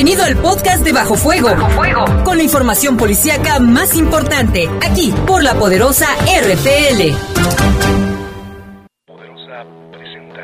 Bienvenido al podcast de Bajo Fuego. Bajo Fuego. Con la información policíaca más importante, aquí por La Poderosa RPL. Poderosa presenta.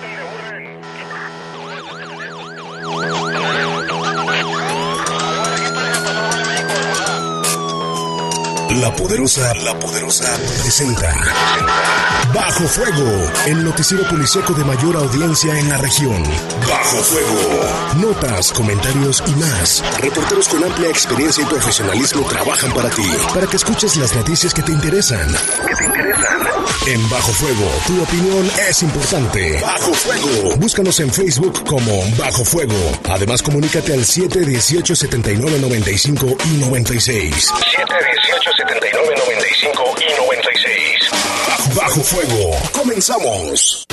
La Poderosa presenta Bajo Fuego, el noticiero policíaco de mayor audiencia en la región. Bajo Fuego. Notas, comentarios y más. Reporteros con amplia experiencia y profesionalismo trabajan para ti, para que escuches las noticias que te interesan. En Bajo Fuego, tu opinión es importante. Bajo Fuego. Búscanos en Facebook como Bajo Fuego. Además, comunícate al 718-7995 y 96. 718-7995 y 96. Bajo Fuego. Comenzamos.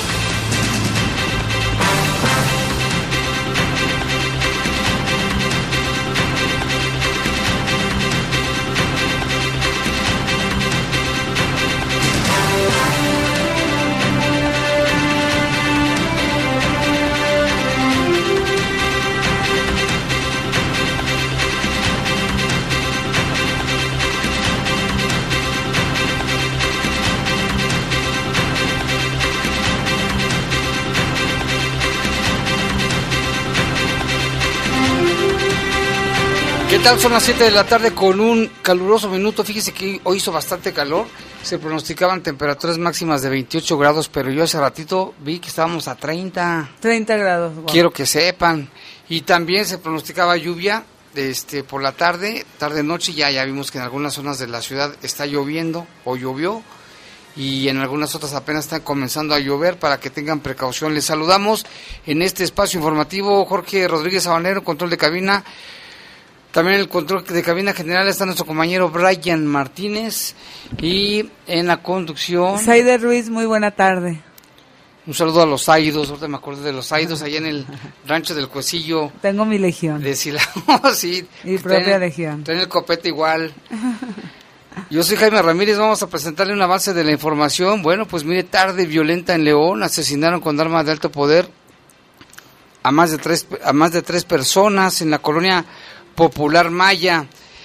¿Qué tal? Son las 7 de la tarde con un caluroso minuto. Fíjese que hoy hizo bastante calor. Se pronosticaban temperaturas máximas de 28 grados, pero yo hace ratito vi que estábamos a 30. 30 grados. Wow. Quiero que sepan. Y también se pronosticaba lluvia por la tarde-noche. Ya vimos que en algunas zonas de la ciudad está lloviendo o llovió. Y en algunas otras apenas están comenzando a llover, para que tengan precaución. Les saludamos en este espacio informativo Jorge Rodríguez Sabanero, control de cabina. También en el control de cabina general está nuestro compañero Brian Martínez, y en la conducción Saide Ruiz. Muy buena tarde. Un saludo a los Aidos. Ahorita me acordé de los Aidos allá en el rancho del Cuecillo. Tengo mi legión. De Silao, sí. Mi propia legión. Traen el copete igual. Yo soy Jaime Ramírez, vamos a presentarle un avance de la información. Bueno, pues mire, tarde violenta en León. Asesinaron con arma de alto poder a más de tres personas en la colonia Popular Maya.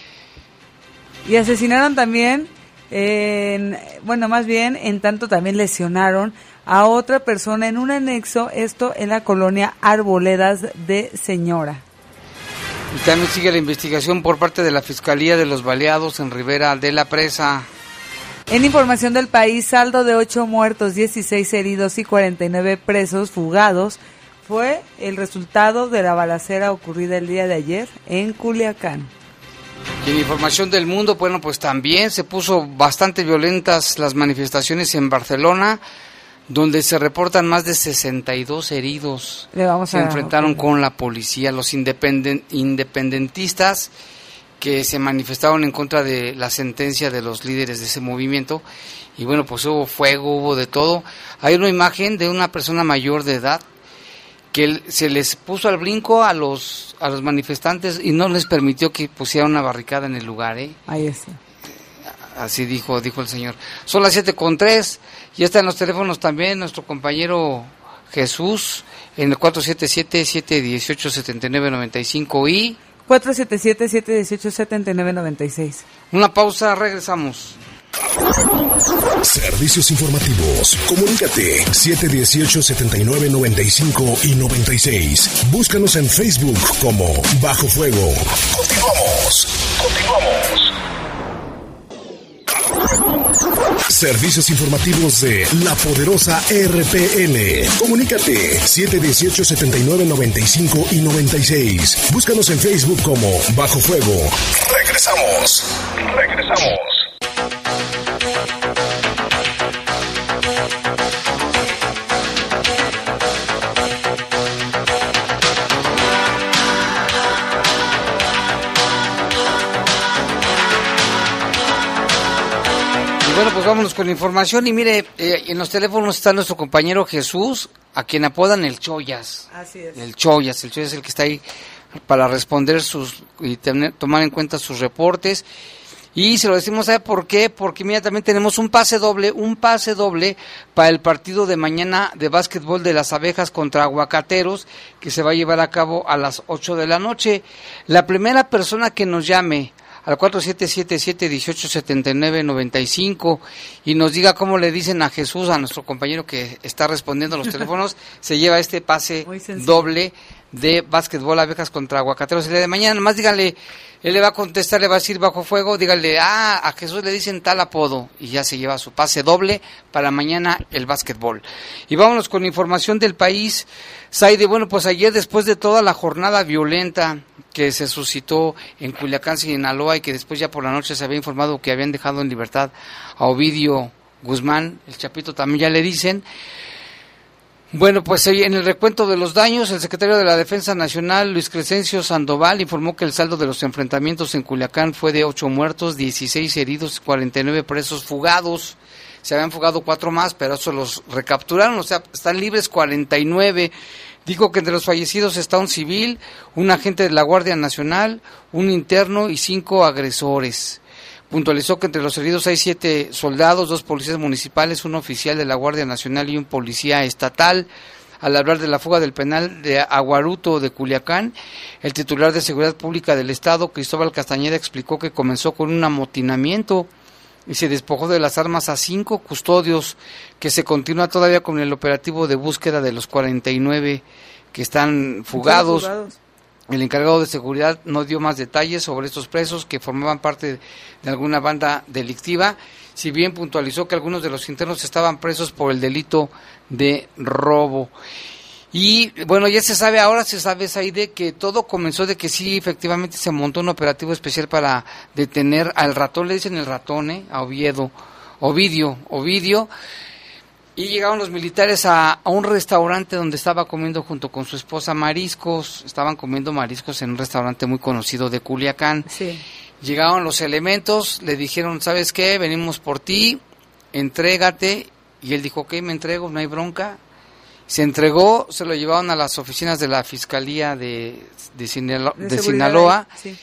Y asesinaron también, en tanto también lesionaron a otra persona en un anexo, esto en la colonia Arboledas de Señora. Y también sigue la investigación por parte de la Fiscalía de los Baleados en Ribera de la Presa. En información del país, saldo de 8 muertos, 16 heridos y 49 presos fugados fue el resultado de la balacera ocurrida el día de ayer en Culiacán. Y en información del mundo, bueno, pues también se puso bastante violentas las manifestaciones en Barcelona, donde se reportan más de 62 heridos. Se enfrentaron con la policía. Los independentistas que se manifestaron en contra de la sentencia de los líderes de ese movimiento. Y bueno, pues hubo fuego, hubo de todo. Hay una imagen de una persona mayor de edad que se les puso al brinco a los manifestantes y no les permitió que pusieran una barricada en el lugar, ¿eh? Ahí está. Así dijo el señor. Son las 7:03, ya está en los teléfonos también nuestro compañero Jesús, en el 477-718-7995 y... 477-718-7996. Una pausa, regresamos. Servicios informativos. Comunícate 718-7995 y 96. Búscanos en Facebook como Bajo Fuego. Continuamos. Servicios informativos de La Poderosa RPL. Comunícate 718-7995 y 96. Búscanos en Facebook como Bajo Fuego. Regresamos. Bueno, pues vámonos con la información y mire, en los teléfonos está nuestro compañero Jesús, a quien apodan el Chollas. Así es. El Chollas es el que está ahí para responder y tomar en cuenta sus reportes. Y se lo decimos, ¿sabe por qué? Porque mira, también tenemos un pase doble para el partido de mañana de básquetbol de las Abejas contra Aguacateros, que se va a llevar a cabo a las 8 de la noche. La primera persona que nos llame al 4777-1879-95 y nos diga cómo le dicen a Jesús, a nuestro compañero que está respondiendo a los teléfonos, se lleva este pase doble de básquetbol Abejas contra Aguacateros el día de mañana. Nomás díganle, él le va a contestar, le va a decir Bajo Fuego, díganle, a Jesús le dicen tal apodo, y ya se lleva su pase doble para mañana el básquetbol. Y vámonos con información del país. Saide, bueno, pues ayer, después de toda la jornada violenta que se suscitó en Culiacán, Sinaloa, y que después ya por la noche se había informado que habían dejado en libertad a Ovidio Guzmán, el Chapito también ya le dicen. Bueno, pues en el recuento de los daños, el secretario de la Defensa Nacional, Luis Crescencio Sandoval, informó que el saldo de los enfrentamientos en Culiacán fue de 8 muertos, 16 heridos, 49 presos fugados. Se habían fugado 4 más, pero eso los recapturaron, o sea, están libres 49. Dijo que entre los fallecidos está un civil, un agente de la Guardia Nacional, un interno y 5 agresores. Puntualizó que entre los heridos hay 7 soldados, 2 policías municipales, un oficial de la Guardia Nacional y un policía estatal. Al hablar de la fuga del penal de Aguaruto de Culiacán, el titular de Seguridad Pública del Estado, Cristóbal Castañeda, explicó que comenzó con un amotinamiento y se despojó de las armas a 5 custodios, que se continúa todavía con el operativo de búsqueda de los 49 que están fugados. El encargado de seguridad no dio más detalles sobre estos presos que formaban parte de alguna banda delictiva, si bien puntualizó que algunos de los internos estaban presos por el delito de robo. Y bueno, ya se sabe, ahora se sabe, Saide, que todo comenzó de que sí, efectivamente se montó un operativo especial para detener al ratón, le dicen el ratón, a Ovidio, y llegaron los militares a un restaurante donde estaba comiendo junto con su esposa mariscos. Estaban comiendo mariscos en un restaurante muy conocido de Culiacán. Sí. Llegaron los elementos, le dijeron, ¿sabes qué? Venimos por ti, entrégate. Y él dijo, ok, me entrego, no hay bronca. Se entregó, se lo llevaron a las oficinas de la Fiscalía de Sinaloa. Sí.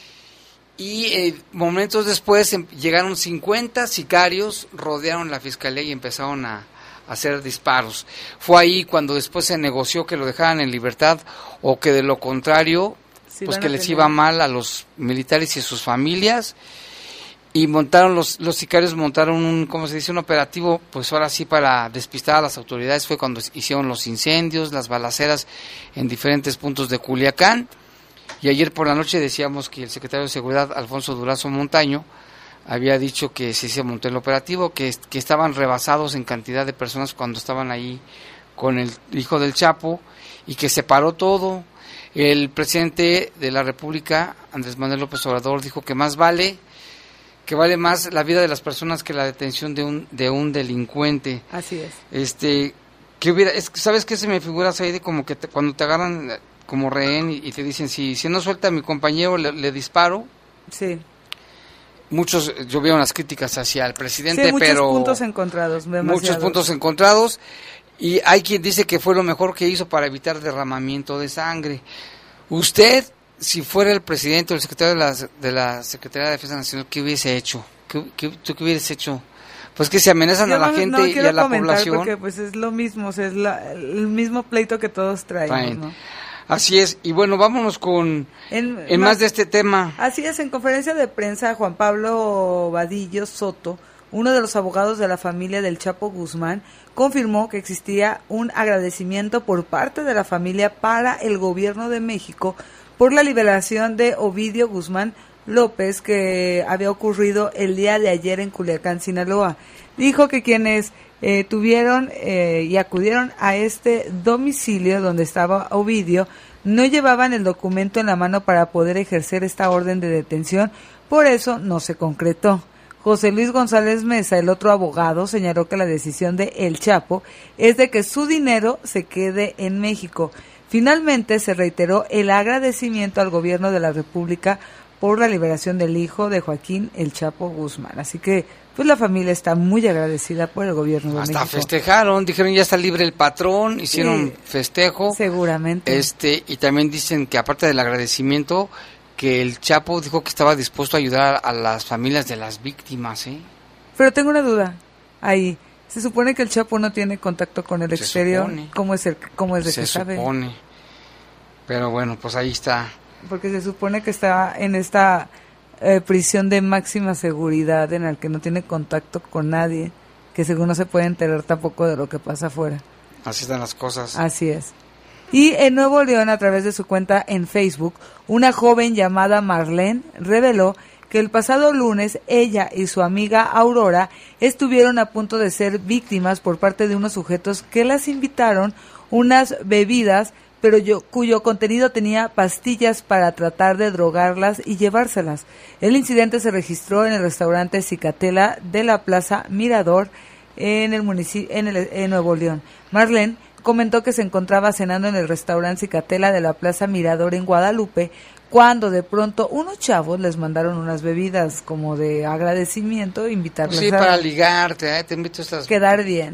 Y momentos después llegaron 50 sicarios, rodearon la Fiscalía y empezaron a hacer disparos. Fue ahí cuando después se negoció que lo dejaran en libertad o que de lo contrario, sí, pues que les iba mal a los militares y a sus familias. Y montaron los sicarios montaron un operativo, pues ahora sí para despistar a las autoridades. Fue cuando hicieron los incendios, las balaceras en diferentes puntos de Culiacán. Y ayer por la noche decíamos que el secretario de Seguridad, Alfonso Durazo Montaño, había dicho que se montó el operativo, que estaban rebasados en cantidad de personas cuando estaban ahí con el hijo del Chapo, y que se paró todo. El presidente de la República, Andrés Manuel López Obrador, dijo que vale más la vida de las personas que la detención de un delincuente. Así es. ¿Sabes qué se me figura, Saide? Como que cuando te agarran como rehén y te dicen, si no suelta a mi compañero, le disparo. Sí. Muchos, yo veo unas críticas hacia el presidente, sí, pero... Muchos puntos encontrados, y hay quien dice que fue lo mejor que hizo para evitar derramamiento de sangre. Usted, si fuera el presidente o el secretario de la Secretaría de Defensa Nacional, ¿qué hubiese hecho? ¿Tú qué hubieras hecho? Pues que se amenazan a la gente y a la población. Porque pues es lo mismo, o sea, es el mismo pleito que todos traemos, ¿no? Así es, y bueno, vámonos con más de este tema. Así es, en conferencia de prensa, Juan Pablo Vadillo Soto, uno de los abogados de la familia del Chapo Guzmán, confirmó que existía un agradecimiento por parte de la familia para el gobierno de México por la liberación de Ovidio Guzmán López, que había ocurrido el día de ayer en Culiacán, Sinaloa. Dijo que quienes tuvieron y acudieron a este domicilio donde estaba Ovidio no llevaban el documento en la mano para poder ejercer esta orden de detención, por eso no se concretó. José Luis González Mesa, el otro abogado, señaló que la decisión de El Chapo es de que su dinero se quede en México. Finalmente se reiteró el agradecimiento al gobierno de la República por la liberación del hijo de Joaquín El Chapo Guzmán. Así que pues la familia está muy agradecida por el gobierno de México. Hasta festejaron, dijeron ya está libre el patrón, hicieron festejo. Seguramente. Y también dicen que aparte del agradecimiento, que el Chapo dijo que estaba dispuesto a ayudar a las familias de las víctimas, ¿eh? Pero tengo una duda ahí. Se supone que el Chapo no tiene contacto con el exterior. Supone. ¿Cómo es de que sabe? Se supone. Pero bueno, pues ahí está. Porque se supone que está en esta prisión de máxima seguridad en la que no tiene contacto con nadie, que según no se puede enterar tampoco de lo que pasa afuera. Así están las cosas. Así es. Y en Nuevo León, a través de su cuenta en Facebook, una joven llamada Marlene reveló que el pasado lunes ella y su amiga Aurora estuvieron a punto de ser víctimas por parte de unos sujetos que las invitaron unas bebidas, pero cuyo contenido tenía pastillas para tratar de drogarlas y llevárselas. El incidente se registró en el restaurante Cicatela de la Plaza Mirador en el municipio en Nuevo León. Marlene comentó que se encontraba cenando en el restaurante Cicatela de la Plaza Mirador en Guadalupe, cuando de pronto unos chavos les mandaron unas bebidas como de agradecimiento, invitarles sí, para ligarte, te invito a estas... Quedar bien.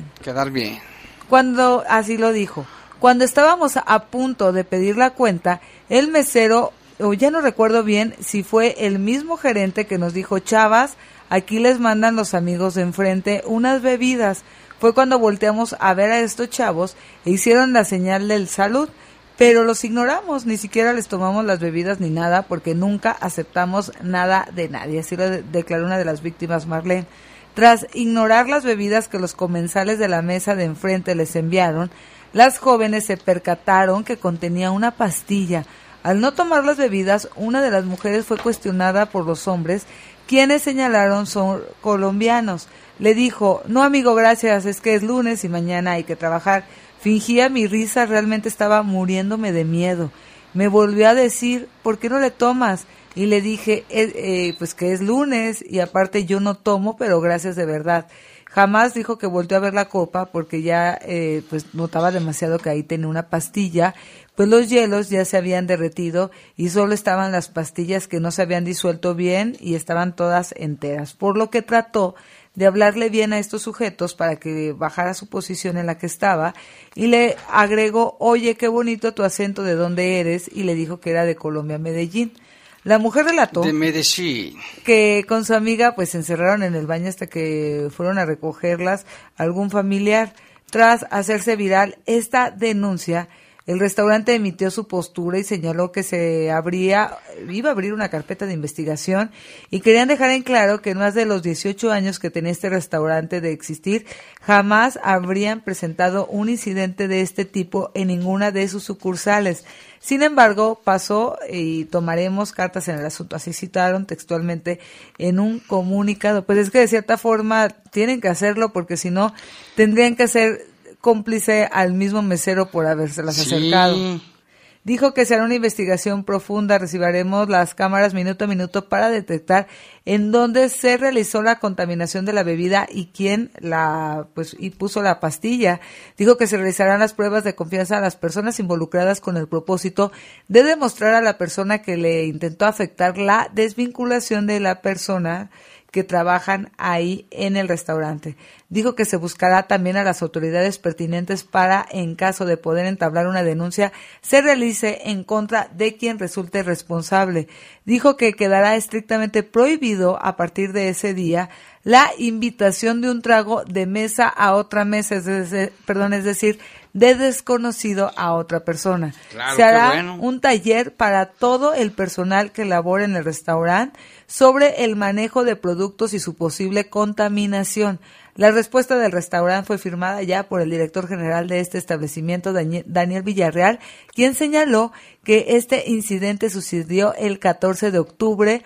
Cuando, así lo dijo, cuando estábamos a punto de pedir la cuenta, el mesero, o ya no recuerdo bien si fue el mismo gerente que nos dijo, chavas, aquí les mandan los amigos de enfrente unas bebidas. Fue cuando volteamos a ver a estos chavos e hicieron la señal del salud, pero los ignoramos, ni siquiera les tomamos las bebidas ni nada, porque nunca aceptamos nada de nadie. Así lo declaró una de las víctimas, Marlene. Tras ignorar las bebidas que los comensales de la mesa de enfrente les enviaron, las jóvenes se percataron que contenía una pastilla. Al no tomar las bebidas, una de las mujeres fue cuestionada por los hombres, quienes señalaron son colombianos. Le dijo, no amigo, gracias, es que es lunes y mañana hay que trabajar. Fingía mi risa, realmente estaba muriéndome de miedo. Me volvió a decir, ¿por qué no le tomas? Y le dije, pues que es lunes y aparte yo no tomo, pero gracias de verdad. Jamás dijo que volvió a ver la copa porque ya pues notaba demasiado que ahí tenía una pastilla, pues los hielos ya se habían derretido y solo estaban las pastillas que no se habían disuelto bien y estaban todas enteras, por lo que trató de hablarle bien a estos sujetos para que bajara su posición en la que estaba y le agregó, oye, qué bonito tu acento, ¿de dónde eres? Y le dijo que era de Colombia, Medellín. La mujer relató de Medellín, que con su amiga pues se encerraron en el baño hasta que fueron a recogerlas algún familiar. Tras hacerse viral esta denuncia, el restaurante emitió su postura y señaló que iba a abrir una carpeta de investigación y querían dejar en claro que en más de los 18 años que tenía este restaurante de existir, jamás habrían presentado un incidente de este tipo en ninguna de sus sucursales. Sin embargo, pasó y tomaremos cartas en el asunto, así citaron textualmente en un comunicado. Pues es que de cierta forma tienen que hacerlo porque si no tendrían que ser cómplice al mismo mesero por habérselas acercado. Dijo que se hará una investigación profunda, recibiremos las cámaras minuto a minuto para detectar en dónde se realizó la contaminación de la bebida y quién y puso la pastilla. Dijo que se realizarán las pruebas de confianza a las personas involucradas con el propósito de demostrar a la persona que le intentó afectar la desvinculación de la persona que trabajan ahí en el restaurante. Dijo que se buscará también a las autoridades pertinentes para, en caso de poder entablar una denuncia, se realice en contra de quien resulte responsable. Dijo que quedará estrictamente prohibido a partir de ese día la invitación de un trago de mesa a otra mesa, es decir, de desconocido a otra persona. Claro, se hará un taller para todo el personal que labora en el restaurante sobre el manejo de productos y su posible contaminación. La respuesta del restaurante fue firmada ya por el director general de este establecimiento, Daniel Villarreal, quien señaló que este incidente sucedió el 14 de octubre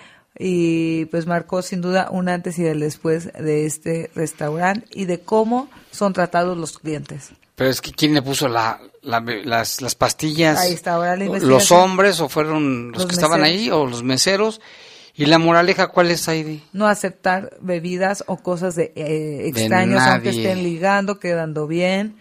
y pues marcó sin duda un antes y el después de este restaurante y de cómo son tratados los clientes. Pero es que ¿quién le puso las pastillas? Ahí está ahora la investigación. ¿Los hombres o fueron los que estaban ahí o los meseros? ¿Y la moraleja cuál es, Heidi? No aceptar bebidas o cosas de extraños, aunque estén ligando, quedando bien.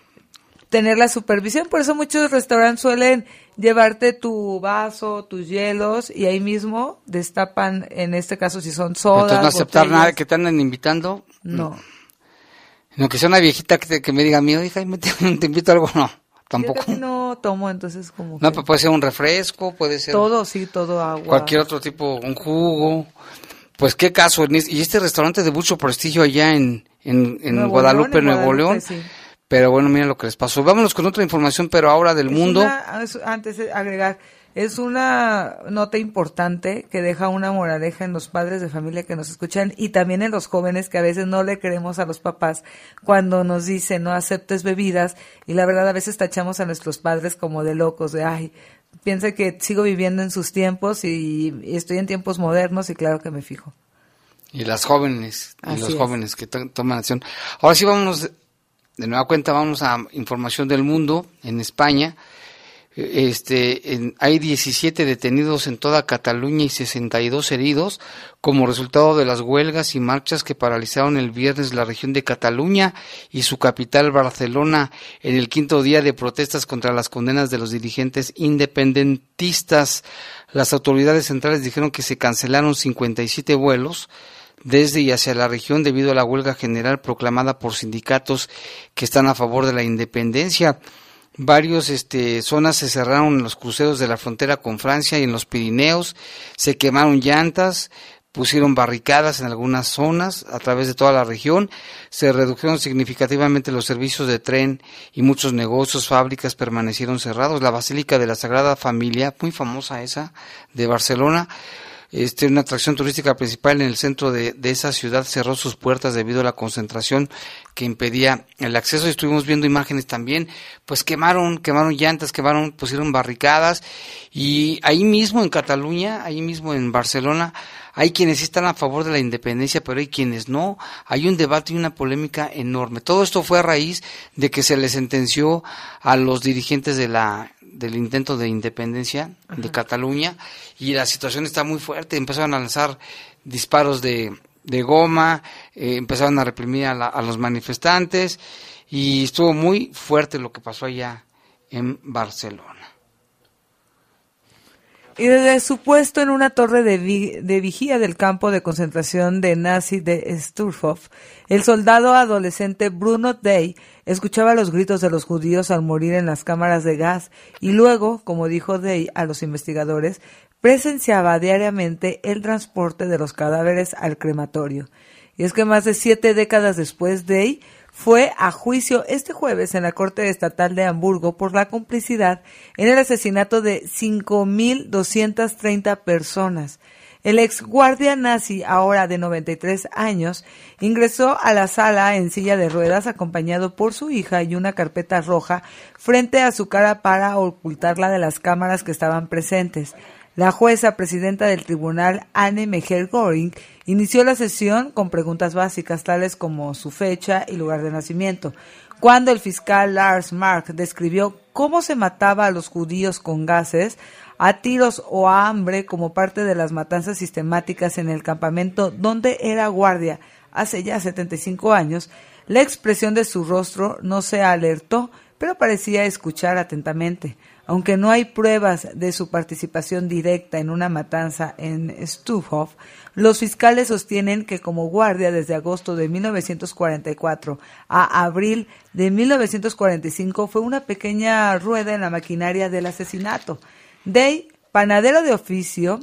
Tener la supervisión, por eso muchos restaurantes suelen llevarte tu vaso, tus hielos y ahí mismo destapan, en este caso si son sodas. Entonces no aceptar botellas. nada que te anden invitando. No. No, que sea una viejita que me diga, mi hija, te invito a algo, no. tampoco. Yo casi no tomo, entonces como No, que pero puede ser un refresco, puede ser todo, sí, todo agua. cualquier otro tipo, un jugo. Pues qué caso, y este restaurante de mucho prestigio allá en Guadalupe, Nuevo León. Sí. Pero bueno, mira lo que les pasó. Vámonos con otra información, pero ahora del mundo. Antes de agregar, es una nota importante que deja una moraleja en los padres de familia que nos escuchan y también en los jóvenes que a veces no le creemos a los papás cuando nos dicen no aceptes bebidas, y la verdad a veces tachamos a nuestros padres como de locos, de ay, piensa que sigo viviendo en sus tiempos y estoy en tiempos modernos y claro que me fijo. Y las jóvenes, Así y los es. jóvenes que toman acción. Ahora sí vámonos, de nueva cuenta, vamos a información del mundo. En España, hay 17 detenidos en toda Cataluña y 62 heridos como resultado de las huelgas y marchas que paralizaron el viernes la región de Cataluña y su capital Barcelona en el 5º día de protestas contra las condenas de los dirigentes independentistas. Las autoridades centrales dijeron que se cancelaron 57 vuelos desde y hacia la región debido a la huelga general proclamada por sindicatos que están a favor de la independencia. Varios zonas se cerraron en los cruceros de la frontera con Francia y en los Pirineos, se quemaron llantas, pusieron barricadas en algunas zonas a través de toda la región, se redujeron significativamente los servicios de tren y muchos negocios, fábricas permanecieron cerrados. La Basílica de la Sagrada Familia, muy famosa esa, de Barcelona, una atracción turística principal en el centro de esa ciudad, cerró sus puertas debido a la concentración que impedía el acceso. Estuvimos viendo imágenes también, pues quemaron llantas, pusieron barricadas, y ahí mismo en Cataluña, ahí mismo en Barcelona, hay quienes sí están a favor de la independencia, pero hay quienes no. Hay un debate y una polémica enorme. Todo esto fue a raíz de que se le sentenció a los dirigentes del intento de independencia de Cataluña, y la situación está muy fuerte. Empezaron a lanzar disparos de goma, empezaron a reprimir a los manifestantes, y estuvo muy fuerte lo que pasó allá en Barcelona. Y desde su puesto en una torre de vigía del campo de concentración de nazi de Stutthof, el soldado adolescente Bruno Day escuchaba los gritos de los judíos al morir en las cámaras de gas y luego, como dijo Day a los investigadores, presenciaba diariamente el transporte de los cadáveres al crematorio. Y es que más de 7 décadas después, Day fue a juicio este jueves en la Corte Estatal de Hamburgo por la complicidad en el asesinato de 5.230 personas. El ex guardia nazi, ahora de 93 años, ingresó a la sala en silla de ruedas acompañado por su hija y una carpeta roja frente a su cara para ocultarla de las cámaras que estaban presentes. La jueza presidenta del tribunal, Anne Meyer-Göring, inició la sesión con preguntas básicas tales como su fecha y lugar de nacimiento. Cuando el fiscal Lars Mark describió cómo se mataba a los judíos con gases, a tiros o a hambre como parte de las matanzas sistemáticas en el campamento donde era guardia hace ya 75 años, la expresión de su rostro no se alertó, pero parecía escuchar atentamente. Aunque no hay pruebas de su participación directa en una matanza en Stutthof, los fiscales sostienen que como guardia desde agosto de 1944 a abril de 1945 fue una pequeña rueda en la maquinaria del asesinato. Day, panadero de oficio,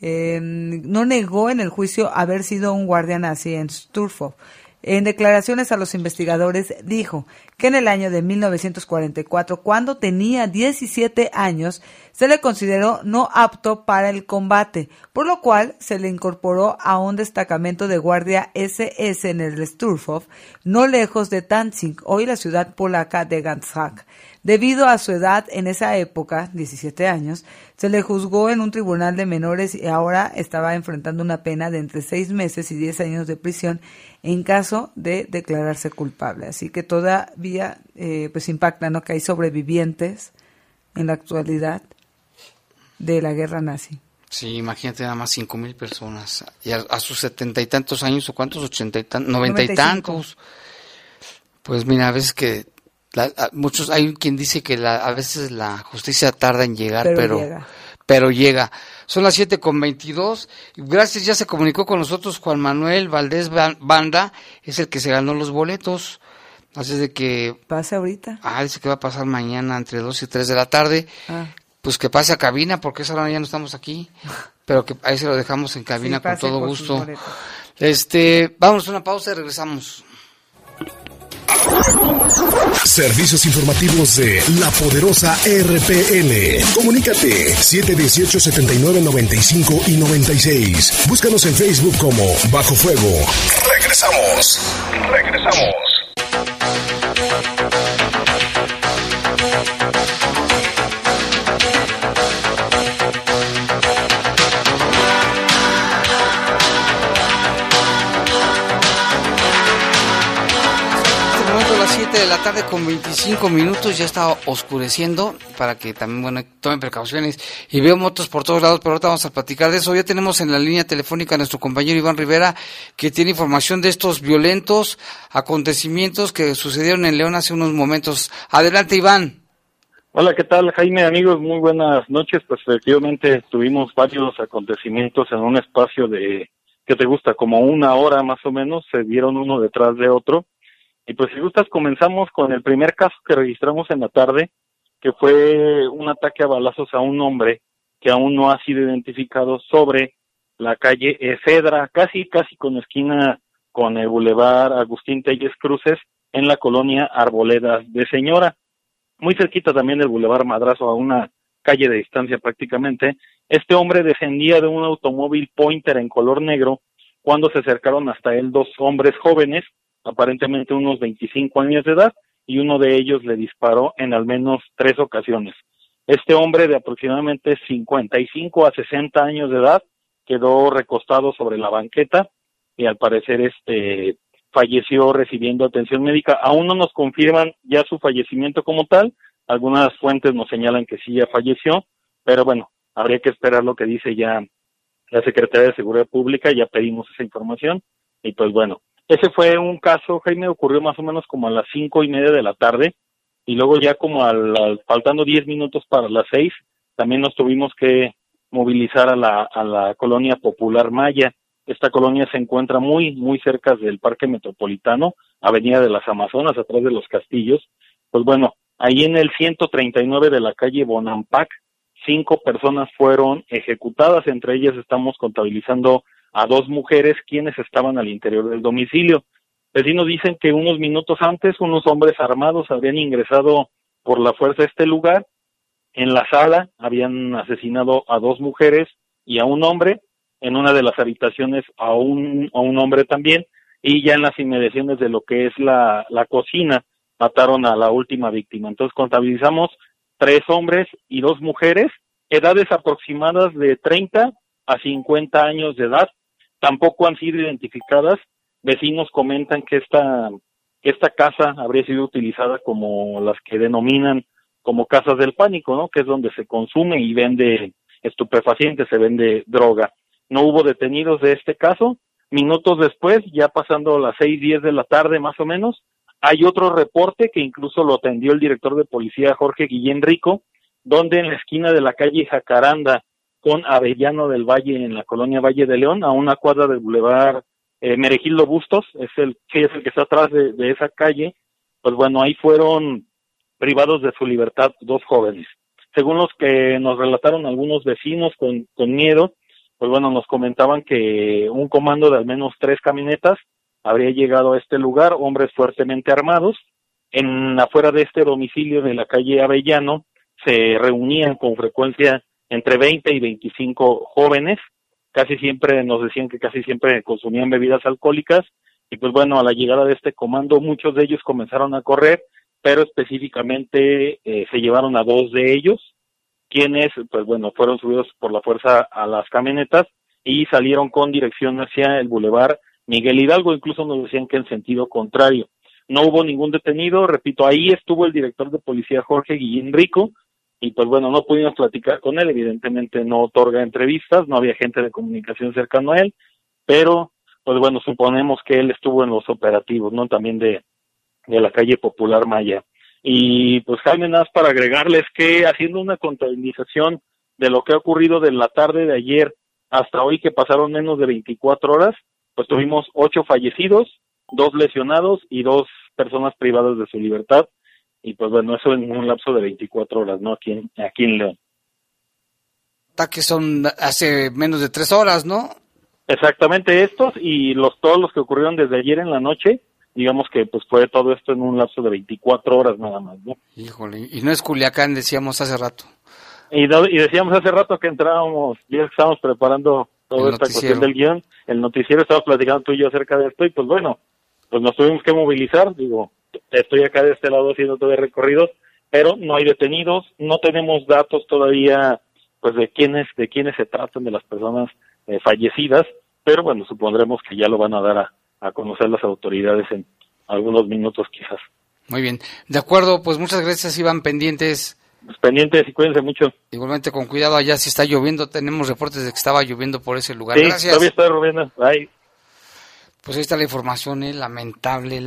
no negó en el juicio haber sido un guardia nazi en Stutthof. En declaraciones a los investigadores dijo que en el año de 1944, cuando tenía 17 años, se le consideró no apto para el combate, por lo cual se le incorporó a un destacamento de guardia SS en el Stutthof, no lejos de Danzig, hoy la ciudad polaca de Gdańsk. Debido a su edad en esa época, 17 años, se le juzgó en un tribunal de menores y ahora estaba enfrentando una pena de entre 6 meses y 10 años de prisión en caso de declararse culpable. Así que todavía pues impacta, ¿no?, que hay sobrevivientes en la actualidad de la guerra nazi. Sí, imagínate nada más 5,000 personas. Y a sus 70 y tantos años, ¿o cuántos? 80 y tantos, 90 y tantos. Pues mira, a veces que muchos, hay quien dice que a veces la justicia tarda en llegar, pero llega. Son las 7:22. Gracias, ya se comunicó con nosotros Juan Manuel Valdés Banda, es el que se ganó los boletos. Así es de que... Pase ahorita. Dice que va a pasar mañana entre 2 y 3 de la tarde. Pues que pase a cabina, porque esa hora ya no estamos aquí. Pero que ahí se lo dejamos en cabina con todo gusto. Vámonos a una pausa y regresamos. Servicios informativos de La Poderosa RPL. Comunícate 718-7995 y 96. Búscanos en Facebook como Bajo Fuego. Regresamos. De la tarde con 25 minutos, ya está oscureciendo, para que también, tomen precauciones, y veo motos por todos lados, pero ahorita vamos a platicar de eso. Ya tenemos en la línea telefónica a nuestro compañero Iván Rivera, que tiene información de estos violentos acontecimientos que sucedieron en León hace unos momentos. Adelante, Iván. Hola, ¿qué tal, Jaime? Amigos, muy buenas noches. Pues efectivamente tuvimos varios acontecimientos en un espacio de, ¿qué te gusta? Como una hora más o menos, se dieron uno detrás de otro. Y pues si gustas, comenzamos con el primer caso que registramos en la tarde, que fue un ataque a balazos a un hombre que aún no ha sido identificado sobre la calle Efedra, casi con esquina con el Boulevard Agustín Telles Cruces, en la colonia Arboledas de Señora. Muy cerquita también del Boulevard Madrazo, a una calle de distancia prácticamente. Este hombre descendía de un automóvil Pointer en color negro cuando se acercaron hasta él dos hombres jóvenes, aparentemente unos 25 años de edad, y uno de ellos le disparó en al menos 3 ocasiones. Este hombre de aproximadamente 55 a 60 años de edad quedó recostado sobre la banqueta y al parecer falleció recibiendo atención médica. Aún no nos confirman ya su fallecimiento como tal, algunas fuentes nos señalan que sí ya falleció, pero bueno, habría que esperar lo que dice ya la Secretaría de Seguridad Pública, ya pedimos esa información, y pues bueno, ese fue un caso, Jaime, ocurrió más o menos como a las 5:30 de la tarde, y luego ya como faltando 10 minutos para las 6, también nos tuvimos que movilizar a la colonia Popular Maya. Esta colonia se encuentra muy cerca del Parque Metropolitano, Avenida de las Amazonas, atrás de los castillos. Pues bueno, ahí en el 139 de la calle Bonampak, 5 personas fueron ejecutadas, entre ellas estamos contabilizando a 2 mujeres quienes estaban al interior del domicilio. Vecinos dicen que unos minutos antes unos hombres armados habían ingresado por la fuerza a este lugar. En la sala habían asesinado a 2 mujeres y a un hombre, en una de las habitaciones a un hombre también, y ya en las inmediaciones de lo que es la cocina mataron a la última víctima. Entonces contabilizamos 3 hombres y 2 mujeres, edades aproximadas de 30 a 50 años de edad. Tampoco han sido identificadas. Vecinos comentan que esta casa habría sido utilizada como las que denominan como casas del pánico, ¿no? Que es donde se consume y vende estupefacientes, se vende droga. No hubo detenidos de este caso. Minutos después, ya pasando las 6:10 de la tarde más o menos, hay otro reporte que incluso lo atendió el director de policía Jorge Guillén Rico, donde en la esquina de la calle Jacaranda con Avellano del Valle, en la colonia Valle de León, a una cuadra del Boulevard Meregildo Bustos, es el que está atrás de esa calle. Pues bueno, ahí fueron privados de su libertad 2 jóvenes. Según los que nos relataron algunos vecinos con miedo, pues bueno, nos comentaban que un comando de al menos 3 camionetas habría llegado a este lugar, hombres fuertemente armados. Afuera de este domicilio de la calle Avellano se reunían con frecuencia entre 20 y 25 jóvenes. Casi siempre nos decían que casi siempre consumían bebidas alcohólicas, y pues bueno, a la llegada de este comando muchos de ellos comenzaron a correr, pero específicamente se llevaron a 2 de ellos, quienes pues bueno, fueron subidos por la fuerza a las camionetas y salieron con dirección hacia el Boulevard Miguel Hidalgo. Incluso nos decían que en sentido contrario. No hubo ningún detenido, repito, ahí estuvo el director de policía Jorge Guillén Rico, y pues bueno, no pudimos platicar con él, evidentemente no otorga entrevistas, no había gente de comunicación cercano a él, pero pues bueno, suponemos que él estuvo en los operativos, ¿no? También de la calle Popular Maya. Y pues Jaime, nada más para agregarles que haciendo una contabilización de lo que ha ocurrido de la tarde de ayer hasta hoy, que pasaron menos de 24 horas, pues tuvimos 8 fallecidos, 2 lesionados y 2 personas privadas de su libertad, y pues bueno, eso en un lapso de 24 horas, ¿no? Aquí en León. Ataques son hace menos de 3 horas, ¿no? Exactamente estos, y todos los que ocurrieron desde ayer en la noche, digamos que pues fue todo esto en un lapso de 24 horas nada más, ¿no? Híjole, y no es Culiacán, decíamos hace rato. Y decíamos hace rato que entrábamos, ya estábamos preparando toda esta cuestión del guión, el noticiero, estábamos platicando tú y yo acerca de esto, y pues bueno, pues nos tuvimos que movilizar, digo, estoy acá de este lado haciendo todo el recorrido, pero no hay detenidos, no tenemos datos todavía, pues de quiénes se tratan, de las personas fallecidas, pero bueno, supondremos que ya lo van a dar a conocer las autoridades en algunos minutos quizás. Muy bien, de acuerdo, pues muchas gracias, Iván, pendientes. Pues pendientes y cuídense mucho. Igualmente con cuidado allá, si está lloviendo, tenemos reportes de que estaba lloviendo por ese lugar. Sí, gracias. Todavía está lloviendo, bye. Pues ahí está la información, lamentable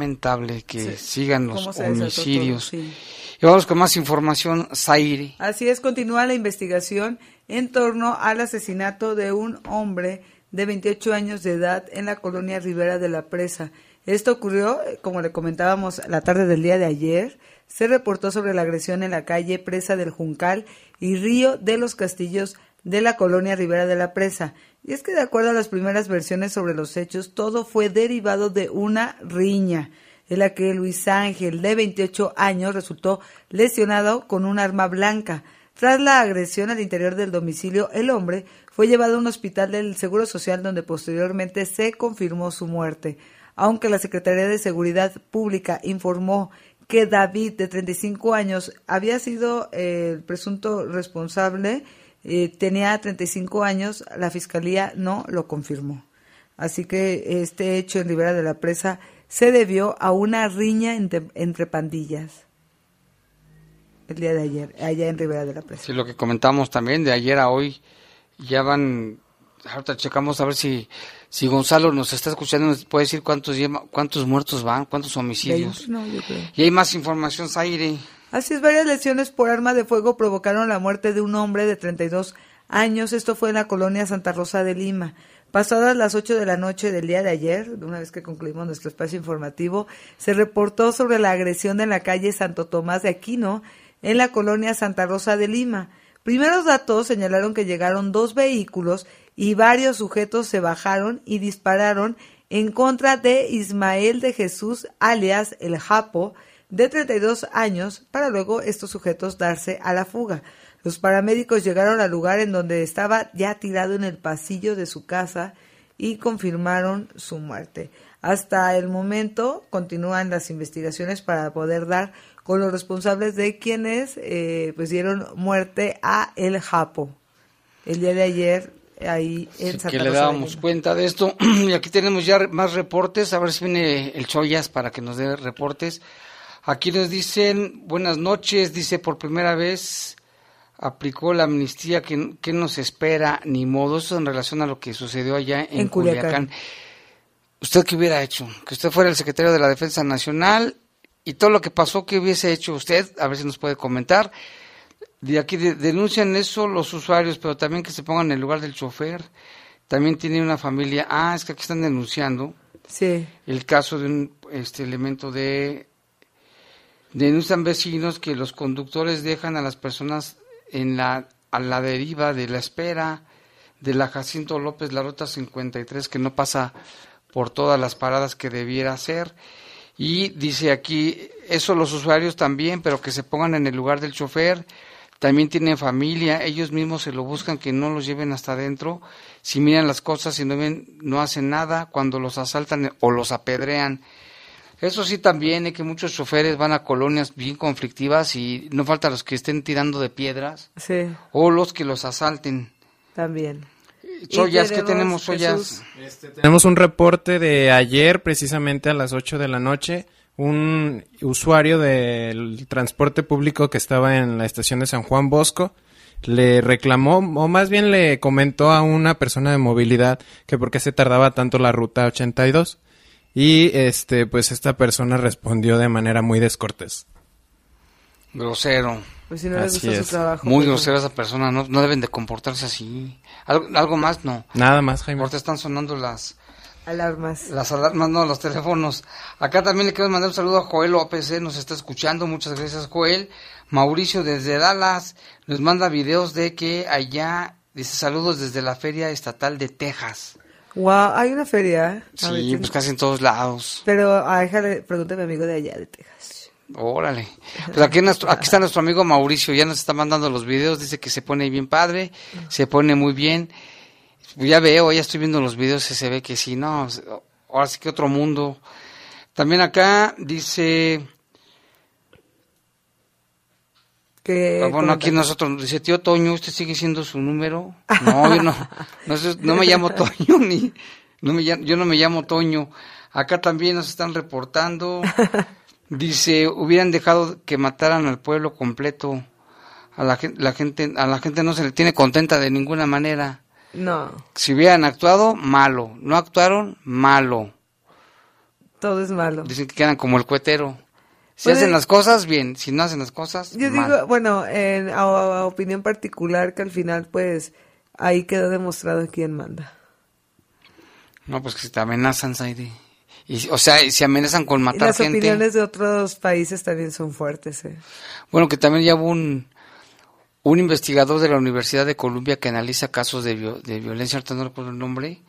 que sigan los homicidios. Sí. Y vamos con más información, Zaire. Así es, continúa la investigación en torno al asesinato de un hombre de 28 años de edad en la colonia Ribera de la Presa. Esto ocurrió, como le comentábamos, la tarde del día de ayer. Se reportó sobre la agresión en la calle Presa del Juncal y Río de los Castillos de la colonia Ribera de la Presa. Y es que de acuerdo a las primeras versiones sobre los hechos, todo fue derivado de una riña en la que Luis Ángel, de 28 años, resultó lesionado con un arma blanca. Tras la agresión al interior del domicilio, el hombre fue llevado a un hospital del Seguro Social donde posteriormente se confirmó su muerte. Aunque la Secretaría de Seguridad Pública informó que David, de 35 años, había sido el presunto responsable, tenía 35 años, la Fiscalía no lo confirmó. Así que este hecho en Ribera de la Presa se debió a una riña entre pandillas el día de ayer, allá en Ribera de la Presa. Sí, lo que comentamos también, de ayer a hoy, ya ahorita checamos a ver si Gonzalo nos está escuchando, nos puede decir cuántos muertos van, cuántos homicidios. No, yo creo. Y hay más información, Zaire. Así es, varias lesiones por arma de fuego provocaron la muerte de un hombre de 32 años. Esto fue en la colonia Santa Rosa de Lima. Pasadas las 8 de la noche del día de ayer, una vez que concluimos nuestro espacio informativo, se reportó sobre la agresión en la calle Santo Tomás de Aquino, en la colonia Santa Rosa de Lima. Primeros datos señalaron que llegaron 2 vehículos y varios sujetos se bajaron y dispararon en contra de Ismael de Jesús, alias El Japo, de 32 años, para luego estos sujetos darse a la fuga. Los paramédicos llegaron al lugar en donde estaba ya tirado en el pasillo de su casa y confirmaron su muerte. Hasta el momento continúan las investigaciones para poder dar con los responsables de quienes pues dieron muerte a El Japo el día de ayer ahí en Santa Rosa. Que le dábamos cuenta de esto y aquí tenemos ya más reportes, a ver si viene el Choyas para que nos dé reportes. Aquí nos dicen, buenas noches, dice, por primera vez aplicó la amnistía, que nos espera, ni modo, eso en relación a lo que sucedió allá en Culiacán. ¿Usted qué hubiera hecho? Que usted fuera el secretario de la Defensa Nacional y todo lo que pasó, ¿qué hubiese hecho usted? A ver si nos puede comentar. De aquí denuncian eso los usuarios, pero también que se pongan en el lugar del chofer. También tiene una familia, es que aquí están denunciando el caso de un elemento denuncian vecinos que los conductores dejan a las personas a la deriva de la espera de la Jacinto López, la ruta 53, que no pasa por todas las paradas que debiera hacer. Y dice aquí, eso los usuarios también, pero que se pongan en el lugar del chofer. También tienen familia, ellos mismos se lo buscan, que no los lleven hasta adentro. Si miran las cosas y no ven, no hacen nada cuando los asaltan o los apedrean. Eso sí también, que muchos choferes van a colonias bien conflictivas y no falta los que estén tirando de piedras o los que los asalten. También. Choyas, ¿qué tenemos, Choyas? Tenemos un reporte de ayer, precisamente a las 8 de la noche. Un usuario del transporte público que estaba en la estación de San Juan Bosco le reclamó, o más bien le comentó a una persona de movilidad que por qué se tardaba tanto la ruta 82. Y pues esta persona respondió de manera muy descortés. Grosero. Pues si no les gusta su trabajo. Muy grosero esa persona, no deben de comportarse así. ¿Algo más? No. Nada más, Jaime. Ahorita están sonando las Alarmas. Las alarmas, no, los teléfonos. Acá también le quiero mandar un saludo a Joel OPC, nos está escuchando, muchas gracias Joel. Mauricio desde Dallas nos manda videos de que allá, dice saludos desde la Feria Estatal de Texas. Wow, hay una feria. Sí, pues casi en todos lados. Pero déjale, pregúntame amigo de allá de Texas. Órale. Pues aquí está nuestro amigo Mauricio, ya nos está mandando los videos, dice que se pone bien padre, se pone muy bien. Ya estoy viendo los videos y se ve que sí, no, ahora sí que otro mundo. También acá dice... Bueno, aquí nosotros, dice tío Toño, ¿usted sigue siendo su número? No, yo no me llamo Toño, yo no me llamo Toño. Acá también nos están reportando, dice, hubieran dejado que mataran al pueblo completo, a la gente no se le tiene contenta de ninguna manera. No. Si hubieran actuado, malo, no actuaron, malo. Todo es malo. Dicen que quedan como el cuetero. Si hacen las cosas, bien. Si no hacen las cosas, yo mal. digo, bueno, a opinión particular, que al final, pues, ahí quedó demostrado quién manda. No, pues que si te amenazan, Saidi. O sea, si amenazan con matar gente. Las opiniones de otros países también son fuertes, Bueno, que también ya hubo un investigador de la Universidad de Columbia que analiza casos de violencia, ahorita no recuerdo el nombre,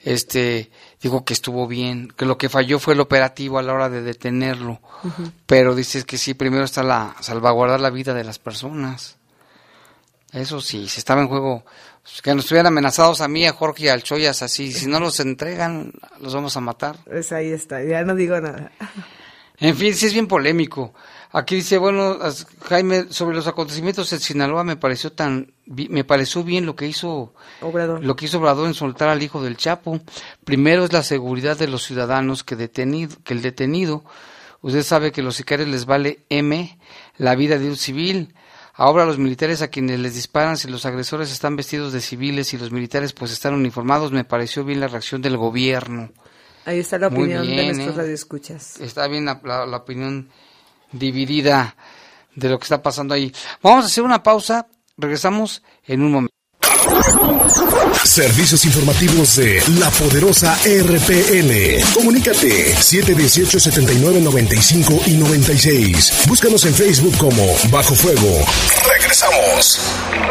dijo que estuvo bien, que lo que falló fue el operativo a la hora de detenerlo, pero dices que sí, primero está salvaguardar la vida de las personas. Eso sí, si estaba en juego, que nos estuvieran amenazados a mí, a Jorge y al Choyas así, si no los entregan, los vamos a matar. Pues ahí está, ya no digo nada. En fin, sí es bien polémico. Aquí dice, bueno, Jaime, sobre los acontecimientos en Sinaloa me pareció bien lo que hizo Obrador en soltar al hijo del Chapo. Primero es la seguridad de los ciudadanos que el detenido, usted sabe que a los sicarios les vale la vida de un civil. Ahora los militares a quienes les disparan, si los agresores están vestidos de civiles y los militares pues están uniformados, me pareció bien la reacción del gobierno. Ahí está la opinión de nuestros radioescuchas. Está bien la opinión dividida de lo que está pasando ahí. Vamos a hacer una pausa, regresamos en un momento. Servicios informativos de La Poderosa RPL. Comunícate 718-7995 y 96. Búscanos en Facebook como Bajo Fuego. Regresamos.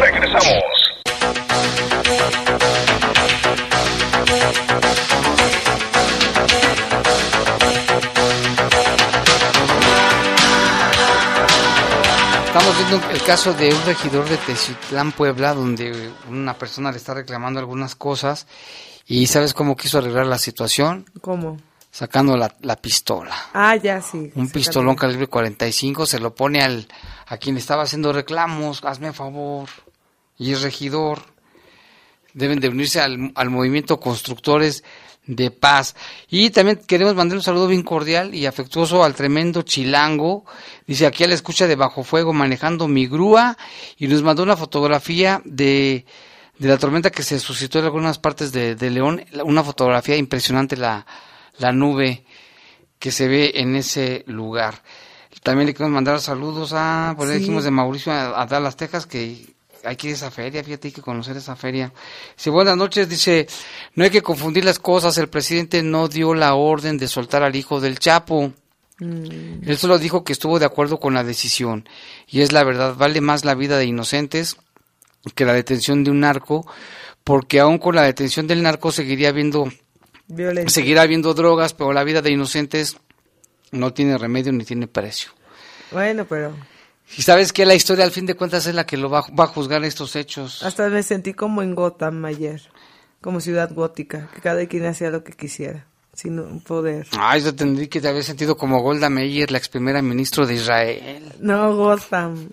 Estamos viendo el caso de un regidor de Teziutlán, Puebla, donde una persona le está reclamando algunas cosas y ¿sabes cómo quiso arreglar la situación? ¿Cómo? Sacando la pistola. Ah, ya sí. Un pistolón calibre 45, se lo pone a quien estaba haciendo reclamos, hazme favor, y es regidor. Deben de unirse al movimiento Constructores de Paz. Y también queremos mandar un saludo bien cordial y afectuoso al tremendo Chilango. Dice aquí a la escucha de Bajo Fuego manejando mi grúa, y nos mandó una fotografía de la tormenta que se suscitó en algunas partes de León. Una fotografía impresionante, la nube que se ve en ese lugar. También le queremos mandar saludos pues sí. Dijimos de Mauricio a Dallas, Texas, que hay que ir a esa feria, fíjate, hay que conocer esa feria. Dice, buenas noches, dice, no hay que confundir las cosas, el presidente no dio la orden de soltar al hijo del Chapo. Él solo dijo que estuvo de acuerdo con la decisión, y es la verdad, vale más la vida de inocentes que la detención de un narco, porque aún con la detención del narco seguirá habiendo drogas, pero la vida de inocentes no tiene remedio ni tiene precio. Bueno, pero... Y sabes que la historia al fin de cuentas es la que lo va a juzgar estos hechos. Hasta me sentí como en Gotham ayer, como ciudad gótica, que cada quien hacía lo que quisiera, sin un poder. Ay, yo tendría que te había sentido como Golda Meir, la ex primera ministra de Israel. No, Gotham.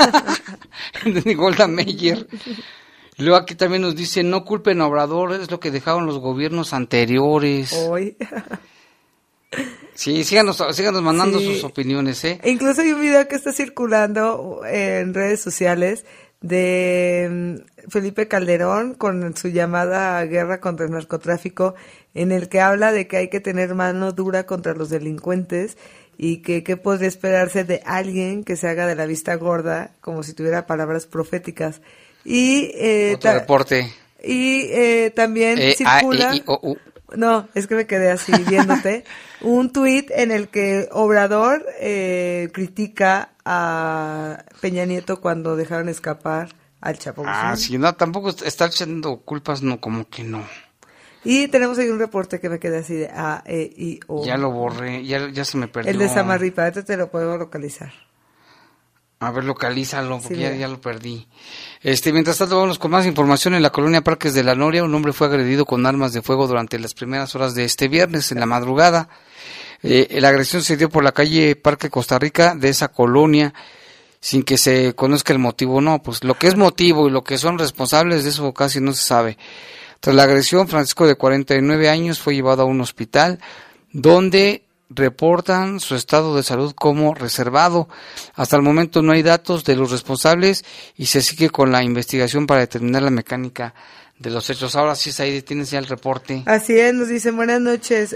Golda Meir. Luego aquí también nos dice, no culpen a Obrador, es lo que dejaron los gobiernos anteriores. Hoy. Sí, síganos mandando sus opiniones, Incluso hay un video que está circulando en redes sociales de Felipe Calderón con su llamada guerra contra el narcotráfico, en el que habla de que hay que tener mano dura contra los delincuentes y que qué podría esperarse de alguien que se haga de la vista gorda, como si tuviera palabras proféticas. Y otro reporte. Y también circula... No, es que me quedé así viéndote. Un tuit en el que Obrador critica a Peña Nieto cuando dejaron escapar al Chapo Guzmán. Sí, no, tampoco estar echando culpas, no, como que no. Y tenemos ahí un reporte que me quedé así de A, E, I, O. Ya lo borré, ya se me perdió. El de Samarripa, ahorita te lo puedo localizar. A ver, localízalo, porque Sí, ya lo perdí. Mientras tanto, vamos con más información. En la colonia Parques de la Noria, un hombre fue agredido con armas de fuego durante las primeras horas de este viernes, en la madrugada. La agresión se dio por la calle Parque Costa Rica de esa colonia, sin que se conozca el motivo. No, pues lo que es motivo y lo que son responsables de eso casi no se sabe. Tras la agresión, Francisco, de 49 años, fue llevado a un hospital donde reportan su estado de salud como reservado. Hasta el momento no hay datos de los responsables y se sigue con la investigación para determinar la mecánica de los hechos. Ahora sí, Saide, tienes ya el reporte. Así es, nos dicen, buenas noches,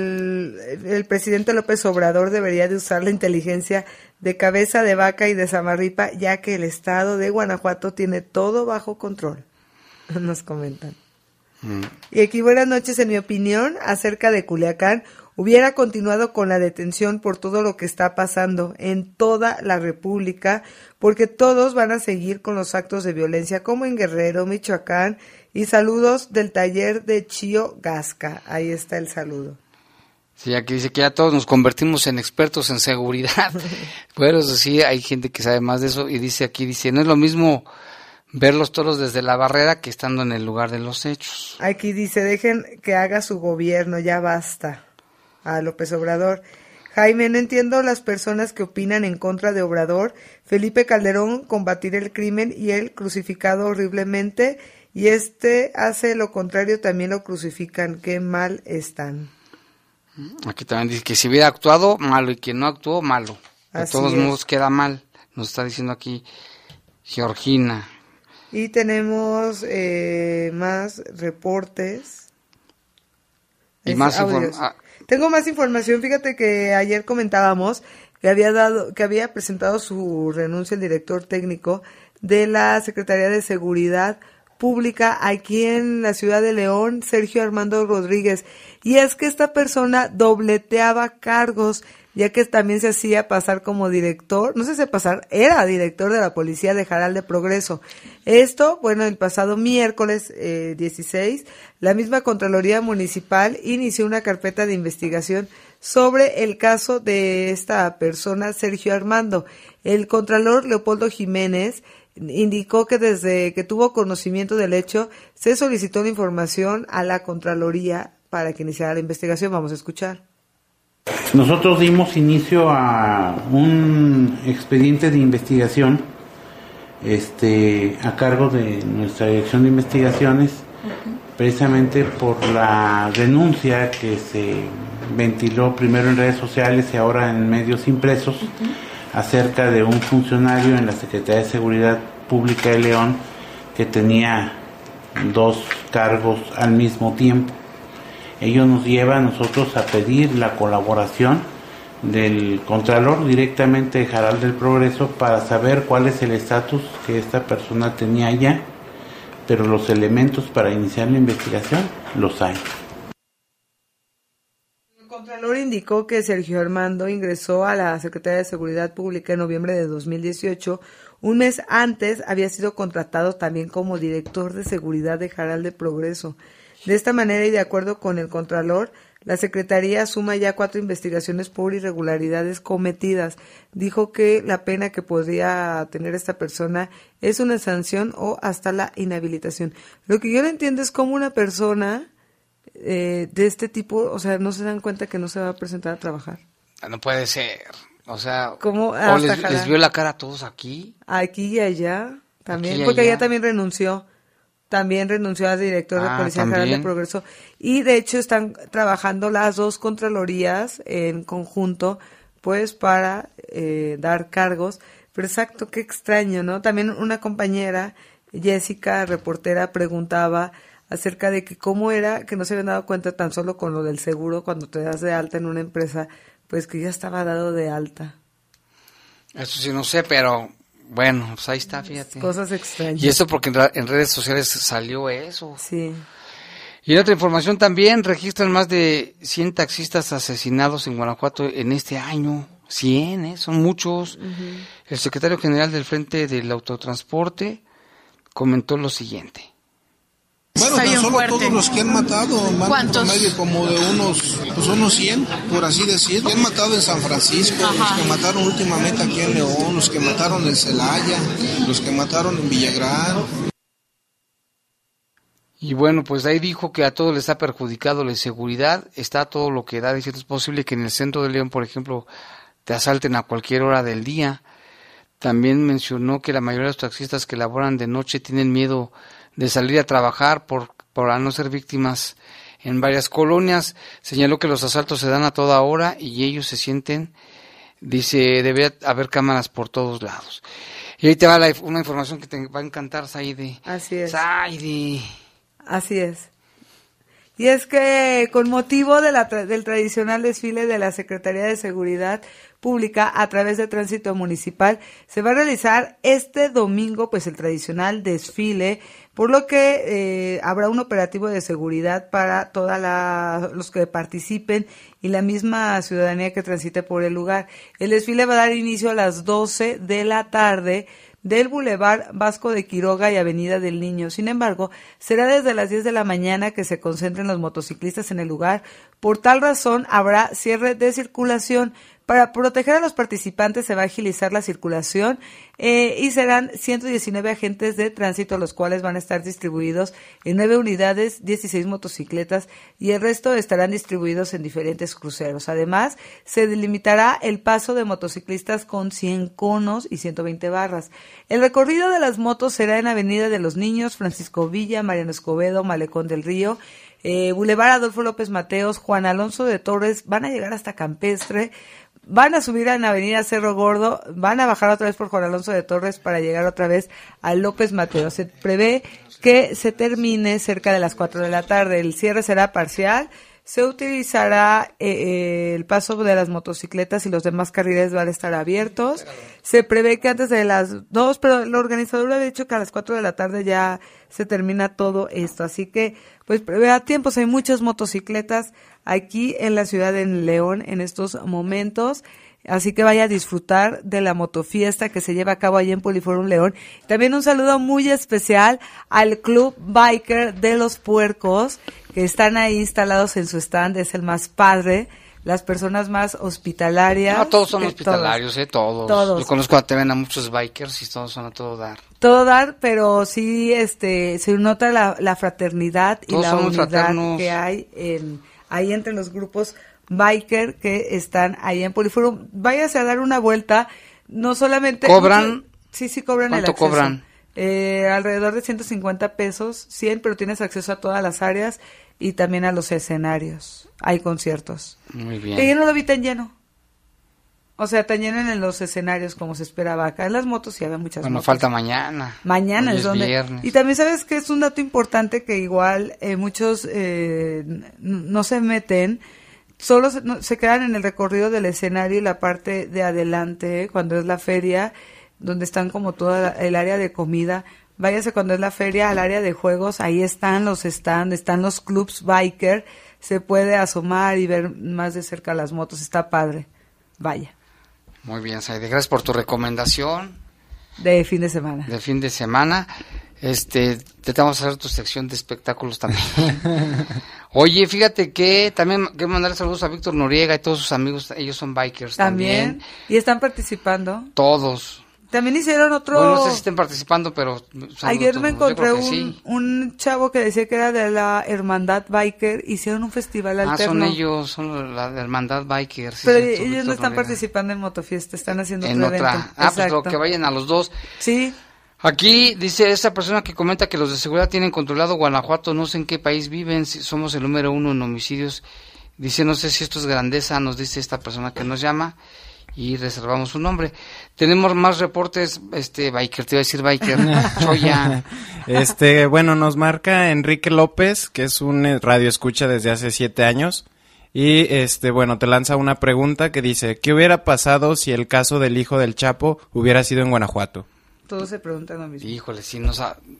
el presidente López Obrador debería de usar la inteligencia de Cabeza de Vaca y de Samarripa, ya que el estado de Guanajuato tiene todo bajo control, nos comentan. Y aquí, buenas noches, en mi opinión, acerca de Culiacán, hubiera continuado con la detención por todo lo que está pasando en toda la República, porque todos van a seguir con los actos de violencia, como en Guerrero, Michoacán, y saludos del taller de Chío Gasca. Ahí está el saludo. Sí, aquí dice que ya todos nos convertimos en expertos en seguridad. Bueno, eso sí, hay gente que sabe más de eso, y dice, no es lo mismo ver los toros desde la barrera que estando en el lugar de los hechos. Aquí dice, dejen que haga su gobierno, ya basta. A López Obrador. Jaime, no entiendo las personas que opinan en contra de Obrador. Felipe Calderón, combatir el crimen y él crucificado horriblemente, y hace lo contrario, también lo crucifican. Qué mal están. Aquí también dice que si hubiera actuado, malo, y quien no actuó, malo. De todos modos queda mal, nos está diciendo aquí Georgina. Y tenemos más reportes. Y más Tengo más información. Fíjate que ayer comentábamos que había presentado su renuncia el director técnico de la Secretaría de Seguridad Pública aquí en la ciudad de León, Sergio Armando Rodríguez. Y es que esta persona dobleteaba cargos, ya que también se hacía pasar como director, no sé si era director de la policía de Jaral de Progreso. Esto, bueno, el pasado miércoles 16, la misma Contraloría Municipal inició una carpeta de investigación sobre el caso de esta persona, Sergio Armando. El contralor Leopoldo Jiménez indicó que desde que tuvo conocimiento del hecho, se solicitó la información a la Contraloría para que iniciara la investigación. Vamos a escuchar. Nosotros dimos inicio a un expediente de investigación a cargo de nuestra dirección de investigaciones, precisamente por la denuncia que se ventiló primero en redes sociales y ahora en medios impresos acerca de un funcionario en la Secretaría de Seguridad Pública de León que tenía 2 cargos al mismo tiempo. Ello nos lleva a nosotros a pedir la colaboración del Contralor directamente de Jaral del Progreso para saber cuál es el estatus que esta persona tenía allá, pero los elementos para iniciar la investigación los hay. El Contralor indicó que Sergio Armando ingresó a la Secretaría de Seguridad Pública en noviembre de 2018. Un mes antes había sido contratado también como director de seguridad de Jaral de Progreso. De esta manera y de acuerdo con el Contralor, la Secretaría suma ya 4 investigaciones por irregularidades cometidas. Dijo que la pena que podría tener esta persona es una sanción o hasta la inhabilitación. Lo que yo no entiendo es cómo una persona de este tipo, o sea, no se dan cuenta que no se va a presentar a trabajar. No puede ser. O sea, ¿cómo? O les vio la cara a todos aquí. Aquí y allá también, aquí y porque allá allá también renunció. También renunció a director de Policía General de Progreso. Y de hecho están trabajando las 2 contralorías en conjunto, pues para dar cargos. Pero exacto, qué extraño, ¿no? También una compañera, Jessica, reportera, preguntaba acerca de que cómo era que no se habían dado cuenta tan solo con lo del seguro cuando te das de alta en una empresa, pues que ya estaba dado de alta. Eso sí no sé, pero bueno, pues ahí está, fíjate. Cosas extrañas. Y eso porque en redes sociales salió eso. Sí. Y en otra información también registran más de 100 taxistas asesinados en Guanajuato en este año. 100, son muchos. El secretario general del Frente del Autotransporte comentó lo siguiente. Bueno, tan solo todos los que han matado, van por medio como de unos 100, por así decir. Que han matado en San Francisco, los que mataron últimamente aquí en León, los que mataron en Celaya, los que mataron en Villagrán. Y bueno, pues ahí dijo que a todos les ha perjudicado la inseguridad, está todo lo que da, dice, es posible que en el centro de León, por ejemplo, te asalten a cualquier hora del día. También mencionó que la mayoría de los taxistas que laboran de noche tienen miedo de salir a trabajar por no ser víctimas en varias colonias. Señaló que los asaltos se dan a toda hora y ellos se sienten, dice, debe haber cámaras por todos lados. Y ahí te va una información que te va a encantar, Saide. Así es. Saide. Así es. Y es que con motivo de del tradicional desfile de la Secretaría de Seguridad Pública a través de Tránsito Municipal, se va a realizar este domingo pues el tradicional desfile, por lo que habrá un operativo de seguridad para todos los que participen y la misma ciudadanía que transite por el lugar. El desfile va a dar inicio a las 12 de la tarde del Boulevard Vasco de Quiroga y Avenida del Niño. Sin embargo, será desde las 10 de la mañana que se concentren los motociclistas en el lugar. Por tal razón, habrá cierre de circulación. Para proteger a los participantes se va a agilizar la circulación y serán 119 agentes de tránsito, los cuales van a estar distribuidos en 9 unidades, 16 motocicletas y el resto estarán distribuidos en diferentes cruceros. Además, se delimitará el paso de motociclistas con 100 conos y 120 barras. El recorrido de las motos será en Avenida de los Niños, Francisco Villa, Mariano Escobedo, Malecón del Río, Boulevard Adolfo López Mateos, Juan Alonso de Torres, van a llegar hasta Campestre, van a subir en Avenida Cerro Gordo, van a bajar otra vez por Juan Alonso de Torres para llegar otra vez a López Mateos. Se prevé que se termine cerca de las 4 de la tarde. El cierre será parcial. Se utilizará el paso de las motocicletas y los demás carriles van a estar abiertos. Se prevé que antes de las 2, pero el organizador ha dicho que a las 4 de la tarde ya se termina todo esto. Así que, pues, prevé a tiempos. Hay muchas motocicletas aquí en la ciudad de León en estos momentos. Así que vaya a disfrutar de la motofiesta que se lleva a cabo allí en Poliforum León. También un saludo muy especial al Club Biker de los Puercos, que están ahí instalados en su stand, es el más padre, las personas más hospitalarias. No, todos son hospitalarios, todos. Yo conozco a muchos bikers y todos son a todo dar. Todo dar, pero sí se nota la fraternidad y la unidad que hay ahí entre los grupos biker que están ahí en Poliforum. Váyase a dar una vuelta, no solamente... ¿Cobran? Sí, cobran el acceso. ¿Cuánto cobran? Alrededor de 150 pesos, 100, pero tienes acceso a todas las áreas y también a los escenarios. Hay conciertos. Muy bien. Que yo no lo vi tan lleno. O sea, tan lleno en los escenarios como se esperaba. Acá en las motos sí había muchas motos. Falta mañana. Mañana es donde... viernes. Y también sabes que es un dato importante que igual muchos no se meten. Solo se quedan en el recorrido del escenario y la parte de adelante, cuando es la feria, donde están como toda el área de comida. Váyase cuando es la feria al área de juegos, ahí están los stands, están los clubs biker, se puede asomar y ver más de cerca las motos, está padre. Vaya. Muy bien, Saide, gracias por tu recomendación. De fin de semana. Te vamos a hacer tu sección de espectáculos también. Oye, fíjate que también quiero mandar saludos a Víctor Noriega y todos sus amigos, ellos son bikers también. Y están participando. Todos. También hicieron otro... Bueno, no sé si estén participando, pero... Ayer me encontré un chavo que decía que era de la Hermandad Biker, hicieron un festival alterno. Son la Hermandad Biker. Sí, pero ellos no están participando en Motofiesta, están haciendo otro evento. Pues que vayan a los dos. Sí. Aquí dice esa persona que comenta que los de seguridad tienen controlado Guanajuato, no sé en qué país viven, si somos el número 1 en homicidios. Dice, no sé si esto es grandeza, nos dice esta persona que nos llama. Y reservamos su nombre. Tenemos más reportes, biker, te iba a decir biker, Choya. Bueno, nos marca Enrique López, que es un radio escucha desde hace 7 años. Y te lanza una pregunta que dice, ¿qué hubiera pasado si el caso del hijo del Chapo hubiera sido en Guanajuato? Todos se preguntan lo mismo. Híjole, sí,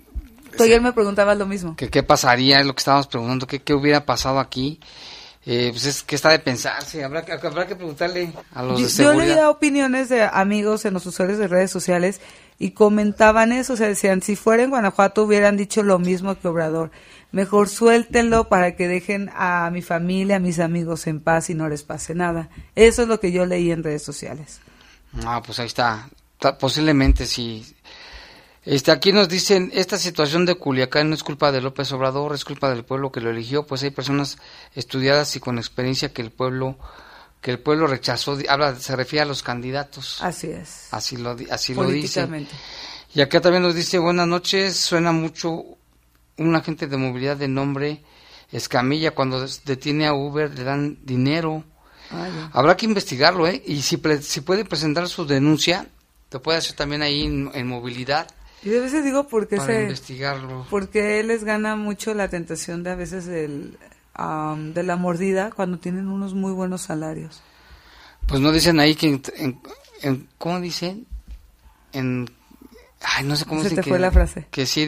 Tú ayer me preguntabas lo mismo. ¿Qué pasaría? Es lo que estábamos preguntando, ¿qué hubiera pasado aquí? Pues es que está de pensarse, habrá que preguntarle a los de seguridad. Yo leía opiniones de amigos en los usuarios de redes sociales y comentaban eso, o sea, decían, si fuera en Guanajuato hubieran dicho lo mismo que Obrador, mejor suéltenlo para que dejen a mi familia, a mis amigos en paz y no les pase nada. Eso es lo que yo leí en redes sociales. Pues ahí está, posiblemente sí. Aquí nos dicen, esta situación de Culiacán no es culpa de López Obrador, es culpa del pueblo que lo eligió, pues hay personas estudiadas y con experiencia que el pueblo rechazó, se refiere a los candidatos. Así es. Así lo dice. Y acá también nos dice, buenas noches, suena mucho un agente de movilidad de nombre Escamilla, cuando detiene a Uber le dan dinero. Habrá que investigarlo, y si puede presentar su denuncia, lo puede hacer también ahí en movilidad. Y a veces digo para investigarlo. Porque les gana mucho la tentación de a veces de la mordida cuando tienen unos muy buenos salarios. Pues no dicen ahí que ¿cómo dicen? No sé cómo se dicen te fue la frase. Que sí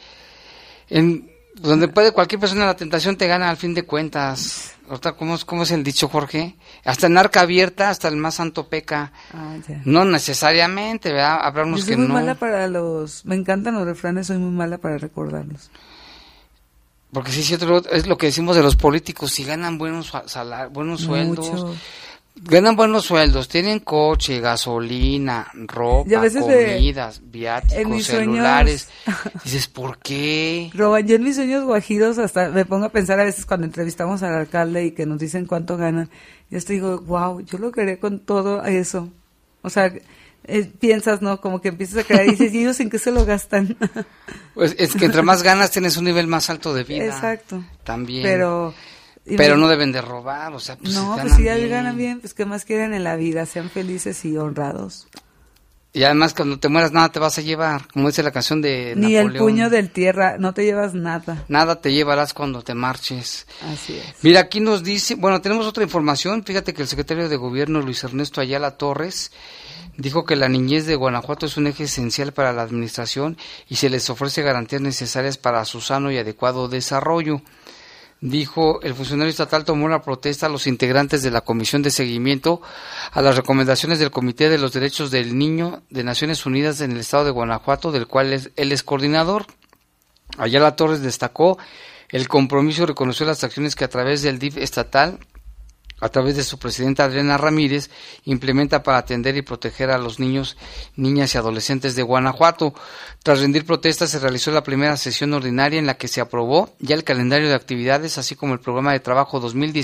donde puede cualquier persona, la tentación te gana al fin de cuentas. ¿Cómo es el dicho, Jorge? Hasta en arca abierta, hasta el más santo peca. No necesariamente, ¿verdad? Habrá unos que no. Yo soy muy mala me encantan los refranes, soy muy mala para recordarlos. Porque sí, es lo que decimos de los políticos, si ganan buenos sueldos, ganan buenos sueldos, tienen coche, gasolina, ropa, comidas, viáticos, celulares. Dices, ¿por qué? Roban, yo en mis sueños guajiros hasta me pongo a pensar a veces cuando entrevistamos al alcalde y que nos dicen cuánto ganan. Yo estoy digo, wow, yo lo quería con todo eso. O sea, piensas, ¿no? Como que empiezas a creer y dices, ¿y ellos en qué se lo gastan? Pues es que entre más ganas tienes un nivel más alto de vida. Exacto. También. Pero no deben de robar, o sea, pues no, pues si ya ganan bien, pues ¿qué más quieren en la vida? Sean felices y honrados. Y además cuando te mueras nada te vas a llevar, como dice la canción de Ni Napoleón. el puño del tierra, no te llevas nada. Nada te llevarás cuando te marches. Así es. Mira, aquí nos dice, tenemos otra información, fíjate que el secretario de Gobierno Luis Ernesto Ayala Torres dijo que la niñez de Guanajuato es un eje esencial para la administración y se les ofrece garantías necesarias para su sano y adecuado desarrollo. Dijo, el funcionario estatal tomó la protesta a los integrantes de la Comisión de Seguimiento a las recomendaciones del Comité de los Derechos del Niño de Naciones Unidas en el estado de Guanajuato, del cual él es coordinador. Ayala Torres destacó el compromiso y reconoció las acciones que a través del DIF estatal, a través de su presidenta Adriana Ramírez, implementa para atender y proteger a los niños, niñas y adolescentes de Guanajuato. Tras rendir protestas, se realizó la primera sesión ordinaria en la que se aprobó ya el calendario de actividades, así como el programa de trabajo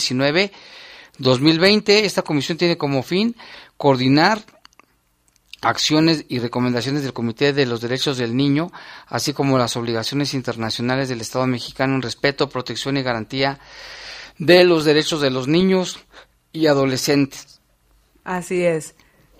2019-2020. Esta comisión tiene como fin coordinar acciones y recomendaciones del Comité de los Derechos del Niño, así como las obligaciones internacionales del Estado mexicano en respeto, protección y garantía de los derechos de los niños y adolescentes. Así es.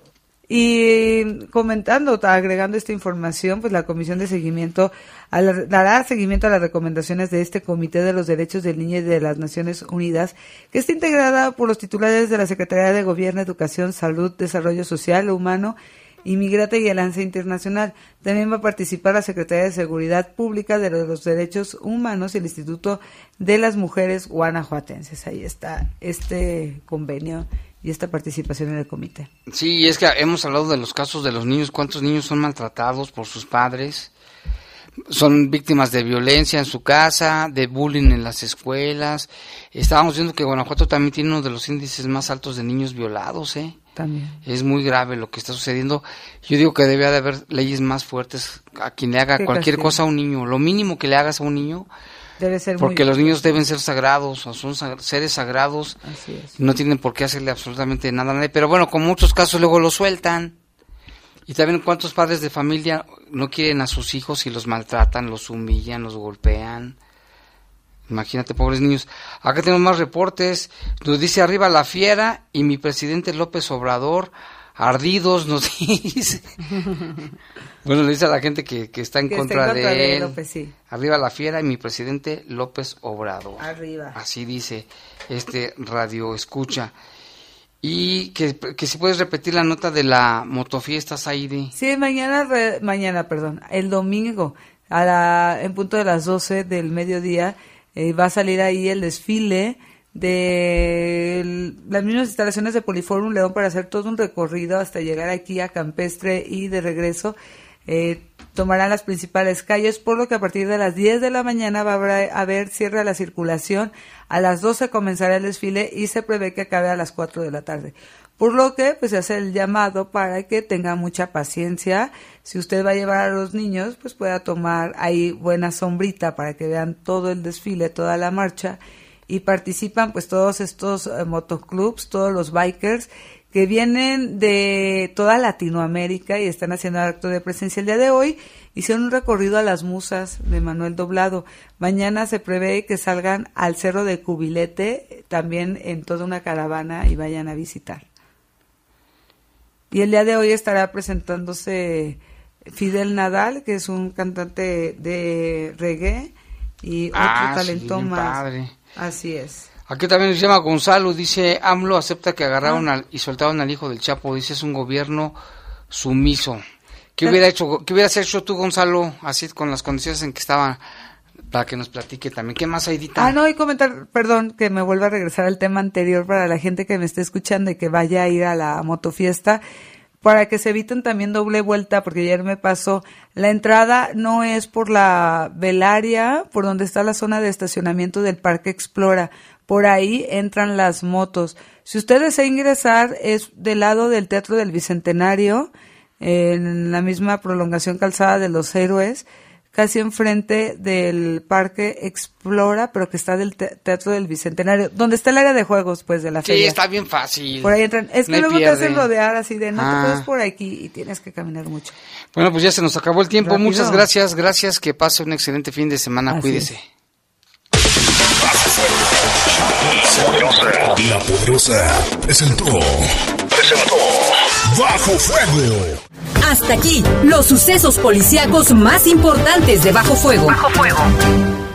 Y agregando esta información, pues la Comisión de Seguimiento dará seguimiento a las recomendaciones de este Comité de los Derechos del Niño y de las Naciones Unidas, que está integrada por los titulares de la Secretaría de Gobierno, Educación, Salud, Desarrollo Social, Humano, Inmigrante y Alianza Internacional. También va a participar la Secretaría de Seguridad Pública de los Derechos Humanos y el Instituto de las Mujeres Guanajuatenses. Ahí está este convenio y esta participación en el comité. Sí, es que hemos hablado de los casos de los niños, cuántos niños son maltratados por sus padres, son víctimas de violencia en su casa, de bullying en las escuelas. Estábamos viendo que Guanajuato también tiene uno de los índices más altos de niños violados, También. Es muy grave lo que está sucediendo. Yo digo que debe de haber leyes más fuertes a quien le haga cualquier cosa a un niño. Lo mínimo que le hagas a un niño debe ser porque los niños deben ser sagrados, o son seres sagrados. Así es. No tienen por qué hacerle absolutamente nada a nadie. Pero bueno, con muchos casos luego los sueltan. Y también cuántos padres de familia no quieren a sus hijos y los maltratan, los humillan, los golpean. Imagínate, pobres niños. Acá tenemos más reportes. Nos dice arriba la fiera y mi presidente López Obrador, ardidos, nos dice. Bueno, le dice a la gente que está en contra de él. López, sí. Arriba la fiera y mi presidente López Obrador. Arriba. Así dice radio escucha. Y que si puedes repetir la nota de la motofiesta, Saidi. Sí, mañana, el domingo en punto de las 12 del mediodía, va a salir ahí el desfile de las mismas instalaciones de Poliforum León para hacer todo un recorrido hasta llegar aquí a Campestre y de regreso. Tomarán las principales calles, por lo que a partir de las 10 de la mañana va a haber cierre a la circulación, a las 12 comenzará el desfile y se prevé que acabe a las 4 de la tarde. Por lo que pues se hace el llamado para que tenga mucha paciencia. Si usted va a llevar a los niños, pues pueda tomar ahí buena sombrita para que vean todo el desfile, toda la marcha, y participan pues todos estos motoclubs, todos los bikers que vienen de toda Latinoamérica y están haciendo acto de presencia el día de hoy. Hicieron un recorrido a las Musas de Manuel Doblado. Mañana se prevé que salgan al Cerro de Cubilete, también en toda una caravana, y vayan a visitar. Y el día de hoy estará presentándose Fidel Nadal, que es un cantante de reggae, y otro talento más. Padre. Así es. Aquí también nos llama Gonzalo, dice, AMLO acepta que agarraron y soltaron al hijo del Chapo, dice, es un gobierno sumiso. ¿Qué hubieras hecho tú, Gonzalo, así con las condiciones en que estaba, para que nos platique también? ¿Qué más hay, Dita? No, y comentar, perdón, que me vuelva a regresar al tema anterior para la gente que me esté escuchando y que vaya a ir a la motofiesta, para que se eviten también doble vuelta, porque ayer me pasó, la entrada no es por la velaria, por donde está la zona de estacionamiento del Parque Explora, por ahí entran las motos. Si usted desea ingresar, es del lado del Teatro del Bicentenario, en la misma prolongación Calzada de los Héroes, casi enfrente del Parque Explora, pero que está del Teatro del Bicentenario, donde está el área de juegos, pues, de la feria. Sí, está bien fácil. Por ahí entran. Es que luego te hacen rodear así de, no te puedes por aquí y tienes que caminar mucho. Bueno, pues ya se nos acabó el tiempo. Rápido. Muchas gracias, que pase un excelente fin de semana. Así cuídese. Es. La Poderosa presentó Bajo Fuego. Hasta aquí, los sucesos policíacos más importantes de Bajo Fuego. Bajo Fuego.